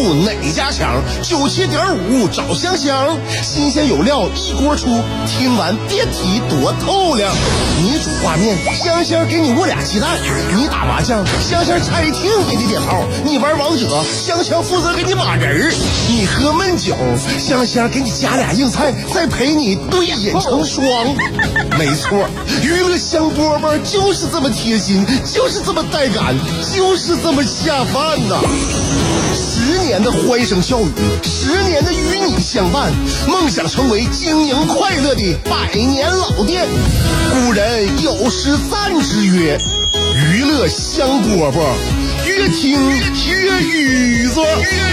度哪家强？97.5找香香，新鲜有料一锅出，听完别提多透亮。你煮挂面，香香给你握俩鸡蛋；你打麻将，香香拆听给你点炮；你玩王者，香香负责给你码人儿；你喝闷酒，香香给你加俩硬菜，再陪你对饮成双。没错，娱乐香饽饽就是这么贴心，就是这么带感，就是这么下饭呐！10年的欢声笑语，10年的与你相伴，梦想成为经营快乐的100年老店。古人有诗赞之曰：娱乐香饽饽，越听越雨子。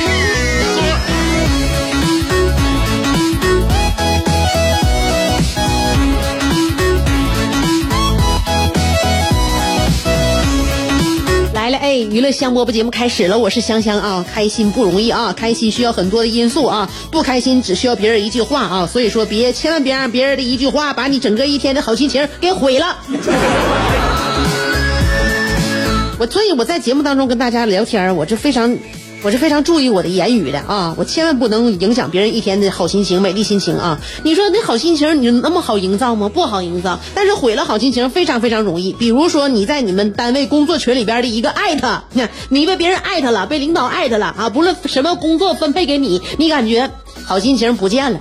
来了，娱乐香饽饽节目开始了，我是香香啊，开心不容易啊，开心需要很多的因素啊，不开心只需要别人一句话啊，所以说千万别让别人的一句话把你整个一天的好心情给毁了。所以我在节目当中跟大家聊天，我是非常注意我的言语的啊，我千万不能影响别人一天的好心情、美丽心情啊。你说那好心情你那么好营造吗？不好营造，但是毁了好心情非常非常容易。比如说你在你们单位工作群里边的一个艾特，你被别人艾特了，被领导艾特了啊，不论什么工作分配给你，你感觉好心情不见了。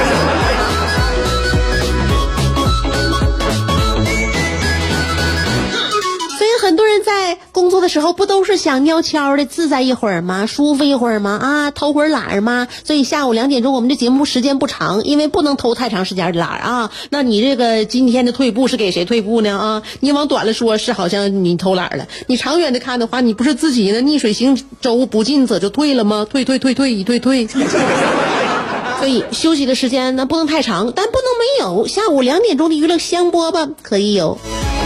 很多人在工作的时候不都是想悄悄的自在一会儿吗？舒服一会儿吗？啊，偷会儿懒儿吗？所以下午2点钟我们的节目时间不长，因为不能偷太长时间的懒儿啊。那你这个今天的退步是给谁退步呢？啊，你往短了说是好像你偷懒了，你长远的看的话，你不是自己呢逆水行舟不进则就退了吗？退。所以休息的时间呢不能太长，但不能没有。下午2点钟的娱乐香饽饽可以有。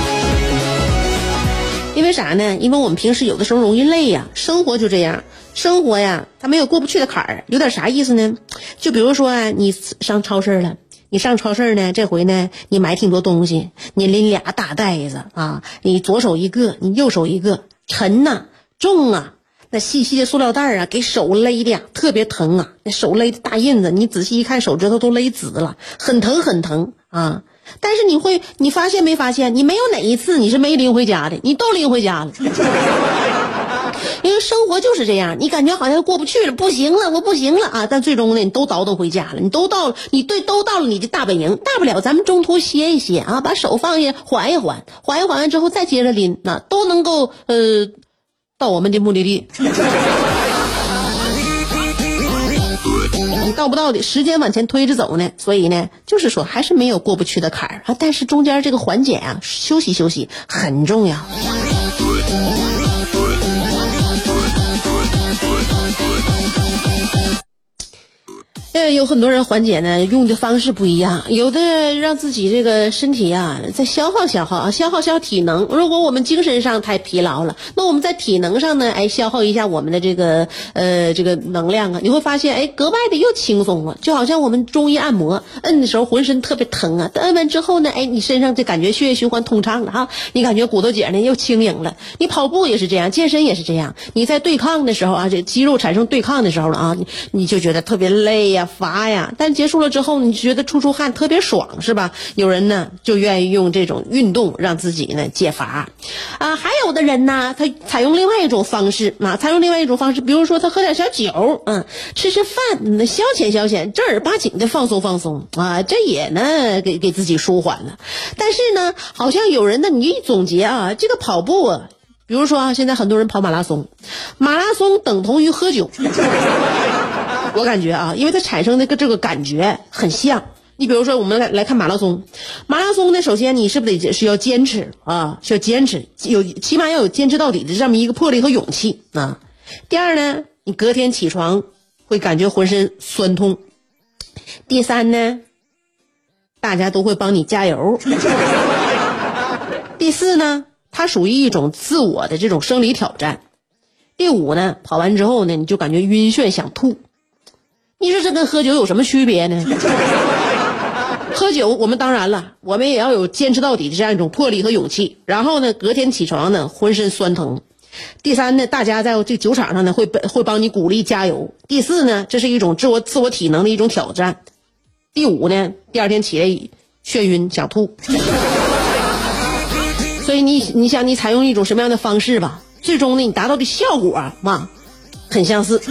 因为啥呢？因为我们平时有的时候容易累呀，生活就这样，生活呀它没有过不去的坎儿。有点啥意思呢？就比如说啊，你上超市了，你上超市呢，这回呢你买挺多东西，你拎俩大袋子啊，你左手一个，你右手一个，沉呐重啊，那细细的塑料袋啊给手勒的呀特别疼啊，那手勒的大印子，你仔细一看手指头都勒紫了，很疼啊。但是你发现没发现，你没有哪一次你是没拎回家的，你都拎回家了。因为生活就是这样，你感觉好像过不去了，不行了，我不行了啊！但最终呢，你都倒腾回家了，都到了你的大本营，大不了咱们中途歇一歇啊，把手放下，缓一缓完之后再接着拎，那都能够到我们的目的地。到不到的时间往前推着走呢，所以呢就是说还是没有过不去的坎儿啊，但是中间这个缓解啊，休息很重要。有很多人缓解呢用的方式不一样，有的让自己这个身体啊再消耗体能。如果我们精神上太疲劳了，那我们在体能上呢消耗一下我们的这个能量啊，你会发现格外的又轻松了，就好像我们中医按摩摁的时候浑身特别疼啊，摁完之后呢你身上就感觉血液循环通畅了哈，你感觉骨头节呢又轻盈了。你跑步也是这样，健身也是这样，你在对抗的时候啊，这肌肉产生对抗的时候了啊，你就觉得特别累呀乏呀，但结束了之后你觉得出汗特别爽是吧？有人呢就愿意用这种运动让自己呢解乏啊，还有的人呢他采用另外一种方式，比如说他喝点小酒，吃饭，消遣，正儿八经的放松啊，这也呢给自己舒缓了。但是呢好像有人呢你一总结啊，这个跑步啊，比如说啊，现在很多人跑马拉松等同于喝酒。我感觉啊，因为它产生的这个感觉很像。你比如说我们来看马拉松呢，首先你是不是得需要坚持啊，起码要有坚持到底的这么一个魄力和勇气啊。第二呢，你隔天起床会感觉浑身酸痛。第三呢，大家都会帮你加油。第四呢，它属于一种自我的这种生理挑战。第五呢，跑完之后呢，你就感觉晕眩想吐。你说这跟喝酒有什么区别呢？喝酒我们当然了，我们也要有坚持到底的这样一种魄力和勇气，然后呢隔天起床呢浑身酸疼。 第三呢，大家在这酒场上呢会帮你鼓励加油。第四呢，这是一种自我体能的一种挑战。第五呢，第二天起来眩晕想吐。所以你想你采用一种什么样的方式吧，最终呢你达到的效果嘛很相似。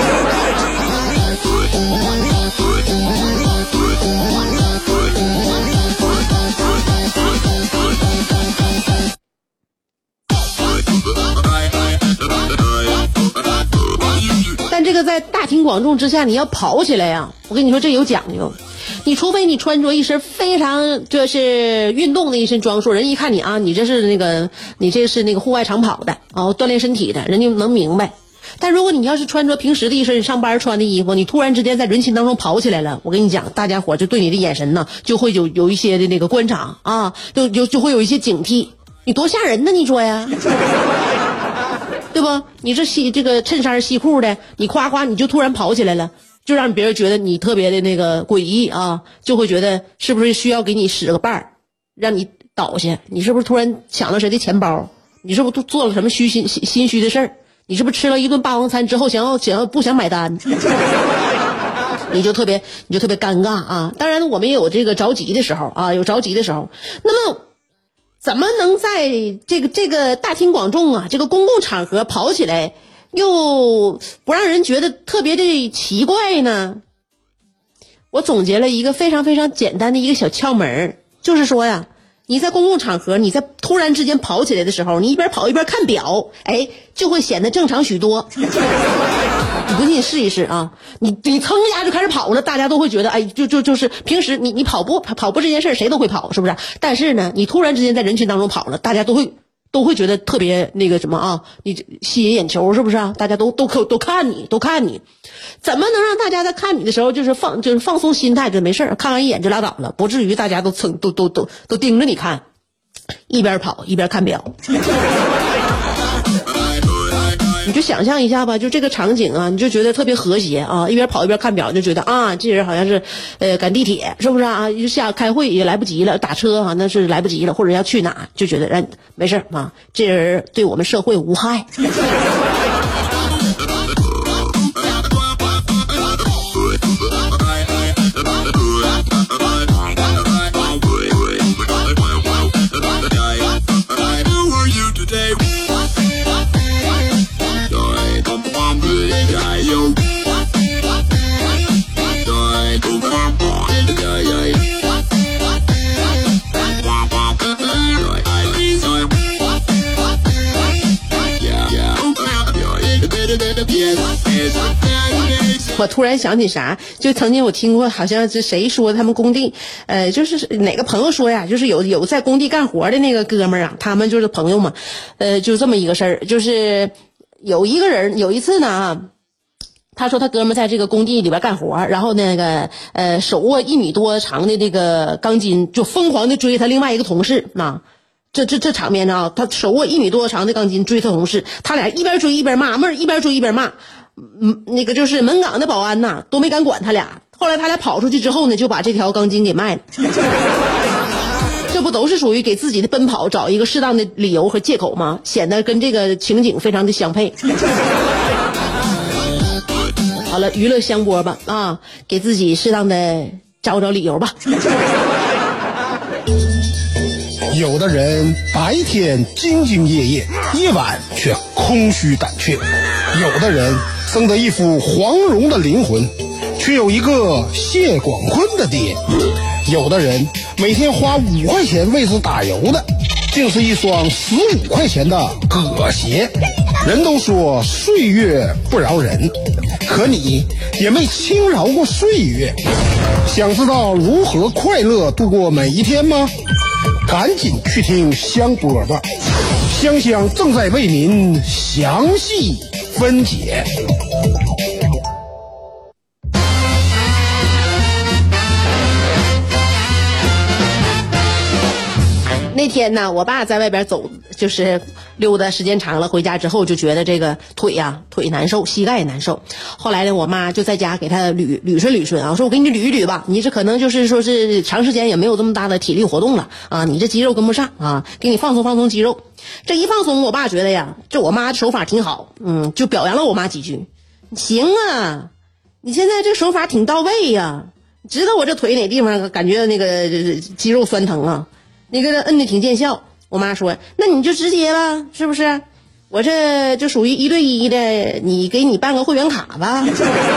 但这个在大庭广众之下你要跑起来呀，我跟你说这有讲究。你除非你穿着一身非常就是运动的一身装束，人一看你啊，你这是那个户外长跑的锻炼身体的，人家能明白。但如果你要是穿着平时的一身上班穿的衣服，你突然之间在人群当中跑起来了，我跟你讲，大家伙就对你的眼神呢就会有一些的那个观察啊，就会有一些警惕。你多吓人呢，你说呀？对吧？你这个衬衫西裤的，你夸你就突然跑起来了，就让别人觉得你特别的那个诡异啊，就会觉得是不是需要给你使个绊儿，让你倒下？你是不是突然抢了谁的钱包？你是不是做了什么心虚的事儿？你是不是吃了一顿霸王餐之后想要不想买单？你就特别尴尬啊！当然我们也有这个着急的时候啊，有着急的时候。那么怎么能在这个大庭广众啊，这个公共场合跑起来又不让人觉得特别的奇怪呢？我总结了一个非常非常简单的一个小窍门，就是说呀，你在公共场合，你在突然之间跑起来的时候，你一边跑一边看表，就会显得正常许多。你不信试一试啊！你噌一下就开始跑了，大家都会觉得就是平时你跑步这件事谁都会跑，是不是？但是呢，你突然之间在人群当中跑了，大家都会觉得特别那个什么啊，你吸引眼球，是不是啊？大家都看你，怎么能让大家在看你的时候就是放松心态，就没事，看完一眼就拉倒了，不至于大家都盯着你看，一边跑一边看表。你就想象一下吧，就这个场景啊，你就觉得特别和谐啊，一边跑一边看表，就觉得啊，这人好像是赶地铁，是不是啊？就下开会也来不及了，打车啊那是来不及了，或者要去哪，就觉得没事啊，这人对我们社会无害。我突然想起啥，就曾经我听过，好像是谁说他们工地，就是哪个朋友说呀，就是有在工地干活的那个哥们儿啊，他们就是朋友嘛，就这么一个事儿，就是有一个人有一次呢，他说他哥们在这个工地里边干活，然后那个手握1米多长的这个钢筋，就疯狂的追他另外一个同事啊。这场面呢，他手握1米多长的钢筋追他同事，他俩一边追一边骂，一边追一边骂。那个就是门岗的保安呐，都没敢管他俩。后来他俩跑出去之后呢，就把这条钢筋给卖了。这不都是属于给自己的奔跑找一个适当的理由和借口吗？显得跟这个情景非常的相配。好了，娱乐香饽吧啊，给自己适当的找理由吧。 有的人白天兢兢业业，夜晚却空虚胆怯；有的人生得一副黄蓉的灵魂，却有一个谢广坤的爹；有的人每天花5块钱为之打油的，竟是一双15块钱的葛鞋。人都说岁月不饶人，可你也没轻饶过岁月。想知道如何快乐度过每一天吗？赶紧去听香饽吧，香香正在为您详细分解。 那天呢，我爸在外边走，就是溜达时间长了，回家之后就觉得这个腿难受，膝盖也难受。后来呢，我妈就在家给他捋顺啊，说我给你捋一捋吧，你这可能就是说是长时间也没有这么大的体力活动了啊，你这肌肉跟不上啊，给你放松肌肉。这一放松，我爸觉得呀，这我妈手法挺好，就表扬了我妈几句。行啊，你现在这手法挺到位呀，知道我这腿哪地方感觉那个肌肉酸疼啊，那个摁的挺见效。我妈说那你就直接吧，是不是？我这就属于1对1的，你给你办个会员卡吧。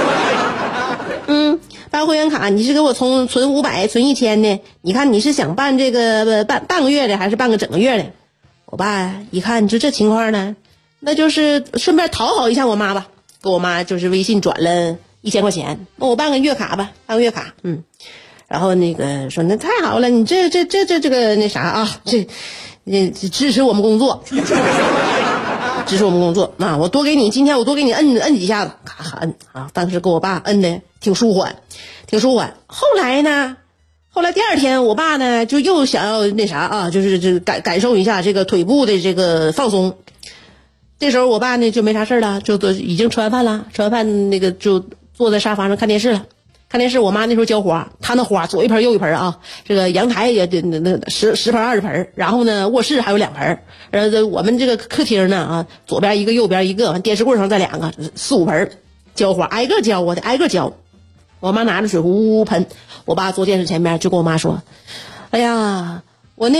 办会员卡，你是给我存500存1000的，你看你是想办这个半个月的还是办个整个月的？我爸一看就这情况呢，那就是顺便讨好一下我妈吧，给我妈就是微信转了1000块钱，那我办个月卡吧，办个月卡。然后那个说那太好了，你这个那啥啊，这支持我们工作。支持我们工作啊！今天我多给你摁几下子，咔咔摁啊！当时给我爸摁的挺舒缓。后来第二天，我爸呢就又想要那啥啊，就是这感受一下这个腿部的这个放松。这时候我爸呢就没啥事了，就都已经吃完饭了，吃完饭那个就坐在沙发上看电视了。看电视，我妈那时候浇花，她那花左一盆右一盆啊，这个阳台也那10盆20盆，然后呢卧室还有2盆，我们这个客厅呢啊，左边一个右边一个，完电视柜上再2个，4、5盆浇花，挨个浇挨个浇。我妈拿着水壶喷，我爸坐电视前面就跟我妈说：“哎呀，我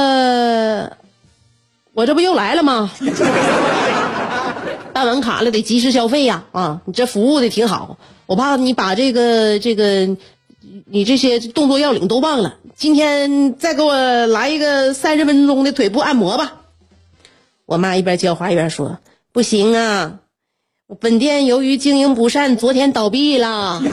这不又来了吗？办完卡了得及时消费呀！啊，你这服务的挺好。我怕你把这个你这些动作要领都忘了，今天再给我来一个30分钟的腿部按摩吧。”我妈一边浇花一边说：“不行啊，本店由于经营不善，昨天倒闭了。”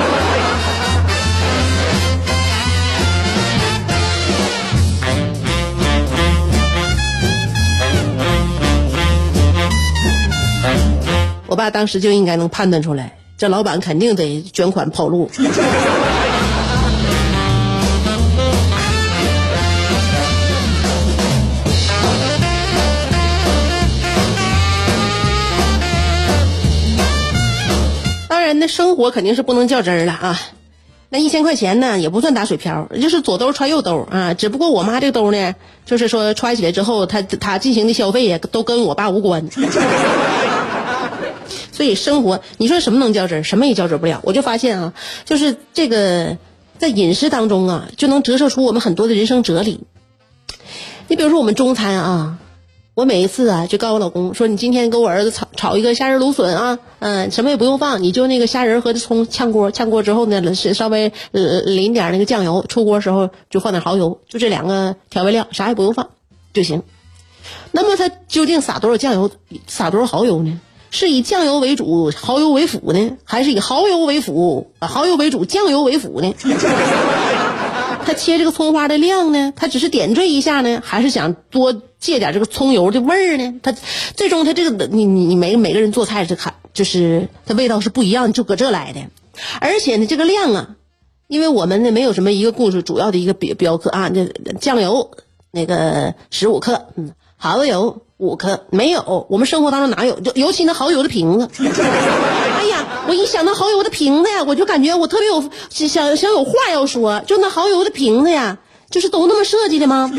我爸当时就应该能判断出来，这老板肯定得卷款跑路。当然呢，生活肯定是不能较真儿了啊。那1000块钱呢，也不算打水漂，就是左兜揣右兜啊。只不过我妈这个兜呢，就是说揣起来之后，她进行的消费也都跟我爸无关。所以生活，你说什么能较真？什么也较真不了。我就发现啊，就是这个在饮食当中啊，就能折射出我们很多的人生哲理。你比如说我们中餐啊，我每一次啊就告诉我老公说，你今天给我儿子炒一个虾仁芦笋啊，什么也不用放，你就那个虾仁和葱炝锅之后呢，是稍微淋点那个酱油，出锅时候就放点蚝油，就这2个调味料，啥也不用放就行。那么他究竟撒多少酱油，撒多少蚝油呢？是以酱油为主，蚝油为辅呢，还是以蚝油为主，酱油为辅呢？他切这个葱花的量呢，他只是点缀一下呢，还是想多借点这个葱油的味儿呢？他最终他这个你每个人做菜是看，就是它味道是不一样，就搁这来的。而且呢，这个量啊，因为我们呢没有什么一个主要的一个标克啊，这酱油那个15克，蚝油5克，没有，我们生活当中哪有？就尤其那蚝油的瓶子，哎呀，我一想到蚝油的瓶子呀，我就感觉我特别有想有话要说。就那蚝油的瓶子呀，就是都那么设计的吗？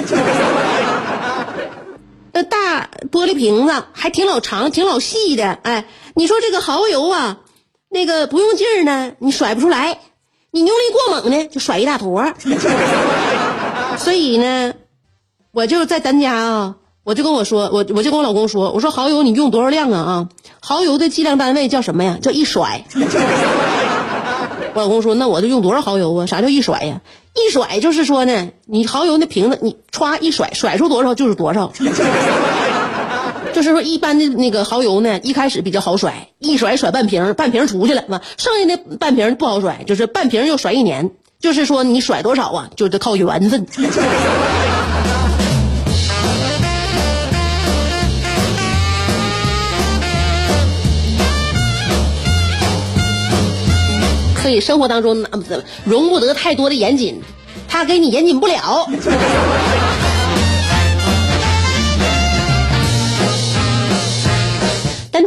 那大玻璃瓶子还挺老长，挺老细的，哎，你说这个蚝油啊，那个不用劲儿呢，你甩不出来；你用力过猛呢，就甩一大坨。所以呢，我就在咱家啊。我就跟我跟我老公说，我说蚝油你用多少量啊？蚝油的计量单位叫什么呀？叫一甩。我老公说，那我就用多少蚝油啊？啥叫一甩呀？一甩就是说呢，你蚝油那瓶子你歘一甩，甩出多少就是多少。就是说一般的那个蚝油呢，一开始比较好甩，一甩半瓶，半瓶出去了，剩下的半瓶不好甩，就是半瓶又甩1年。就是说你甩多少啊，就得靠缘分。所以生活当中容不得太多的严谨，他给你严谨不了。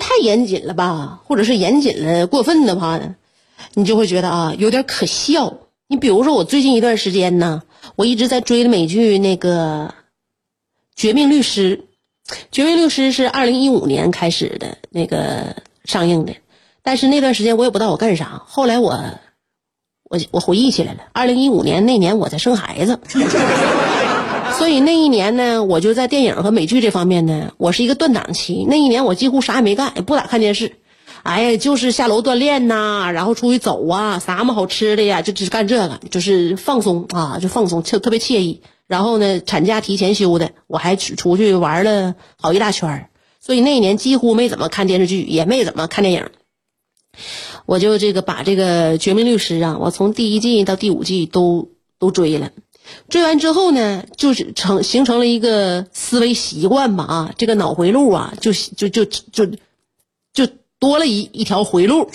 太严谨了吧，或者是严谨了过分的话呢，你就会觉得啊有点可笑。你比如说我最近一段时间呢，我一直在追的美剧那个绝命律师。绝命律师是2015年开始的那个上映的，但是那段时间我也不知道我干啥，后来我回忆起来了，2015年那年我在生孩子所以那一年呢，我就在电影和美剧这方面呢，我是一个断档期。那一年我几乎啥也没干，也不咋看电视，哎呀，就是下楼锻炼呐，然后出去走啊，啥么好吃的呀，就只干这个，就是放松啊，就放松，特别惬意。然后呢，产假提前休的，我还出去玩了好一大圈，所以那一年几乎没怎么看电视剧，也没怎么看电影。我就把这个绝命律师啊，我从第1季到第5季都追了。追完之后呢，就是形成了一个思维习惯吧啊，这个脑回路啊，就多了一条回路。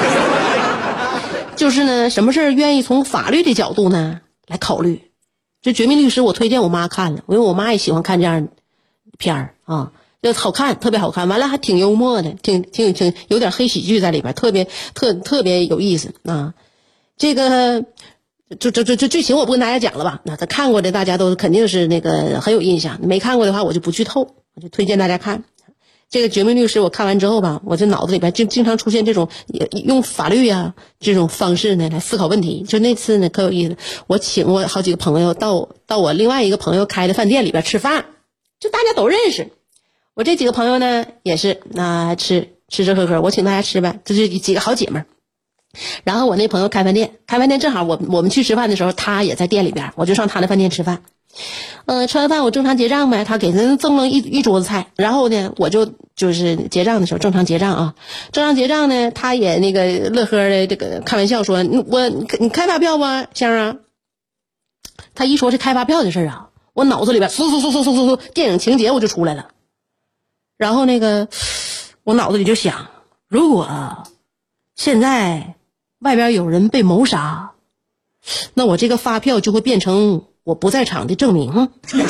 就是呢，什么事愿意从法律的角度呢来考虑。这绝命律师我推荐我妈看了，因为我妈也喜欢看这样片儿啊，就好看，特别好看，完了还挺幽默的，挺有点黑喜剧在里边，特别有意思啊。这个这剧情我不跟大家讲了吧，那他看过的大家都肯定是那个很有印象，没看过的话我就不剧透，我就推荐大家看。这个绝命律师我看完之后吧，我这脑子里边就经常出现这种用法律啊这种方式呢来思考问题。就那次呢可有意思，我请我好几个朋友到我另外一个朋友开的饭店里边吃饭，就大家都认识。我这几个朋友呢也是吃喝，我请大家吃呗，这是几个好姐妹。然后我那朋友开饭店正好我们去吃饭的时候，他也在店里边，我就上他的饭店吃饭。吃完饭我正常结账呗，他给人赠了一桌子菜，然后呢我就是结账的时候正常结账啊，正常结账呢，他也那个乐呵的这个开玩笑说，你开发票吧香啊。他一说这开发票的事啊，我脑子里边嗖电影情节我就出来了。然后那个我脑子里就想，如果现在外边有人被谋杀，那我这个发票就会变成我不在场的证明。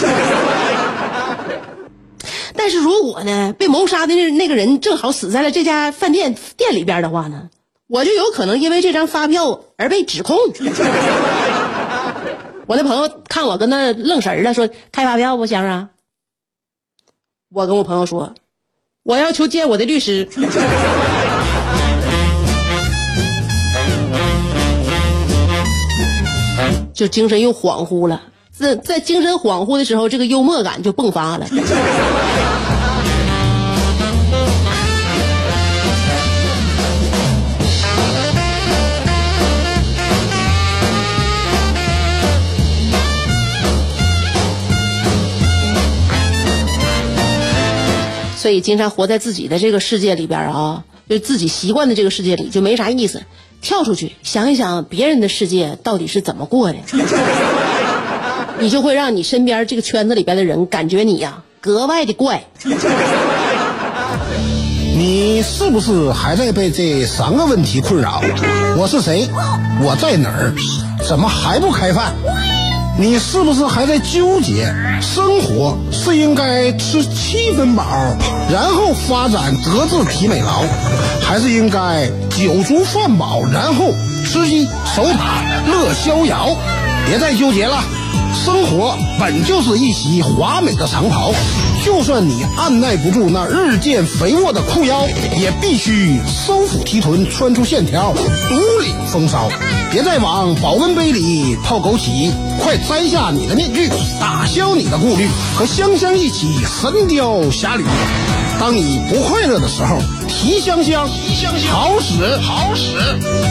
但是如果呢被谋杀的那个人正好死在了这家饭店里边的话呢，我就有可能因为这张发票而被指控。我那朋友看我跟那愣神了，说开发票不香啊？我跟我朋友说，我要求见我的律师。就精神又恍惚了，在精神恍惚的时候，这个幽默感就迸发了。所以经常活在自己的这个世界里边啊，就自己习惯的这个世界里就没啥意思，跳出去想一想别人的世界到底是怎么过的，你就会让你身边这个圈子里边的人感觉你呀格外的怪。 你是不是还在被这3个问题困扰？我是谁？我在哪儿？怎么还不开饭？你是不是还在纠结生活是应该吃7分饱，然后发展德智体美劳，还是应该酒足饭饱，然后吃鸡守塔乐逍遥？别再纠结了，生活本就是一袭华美的长袍，就算你按耐不住那日渐肥沃的裤腰，也必须收腹提臀，穿出线条，独领风骚。别再往保温杯里泡枸杞，快摘下你的面具，打消你的顾虑，和香香一起神雕侠侣。当你不快乐的时候，提香香，好使。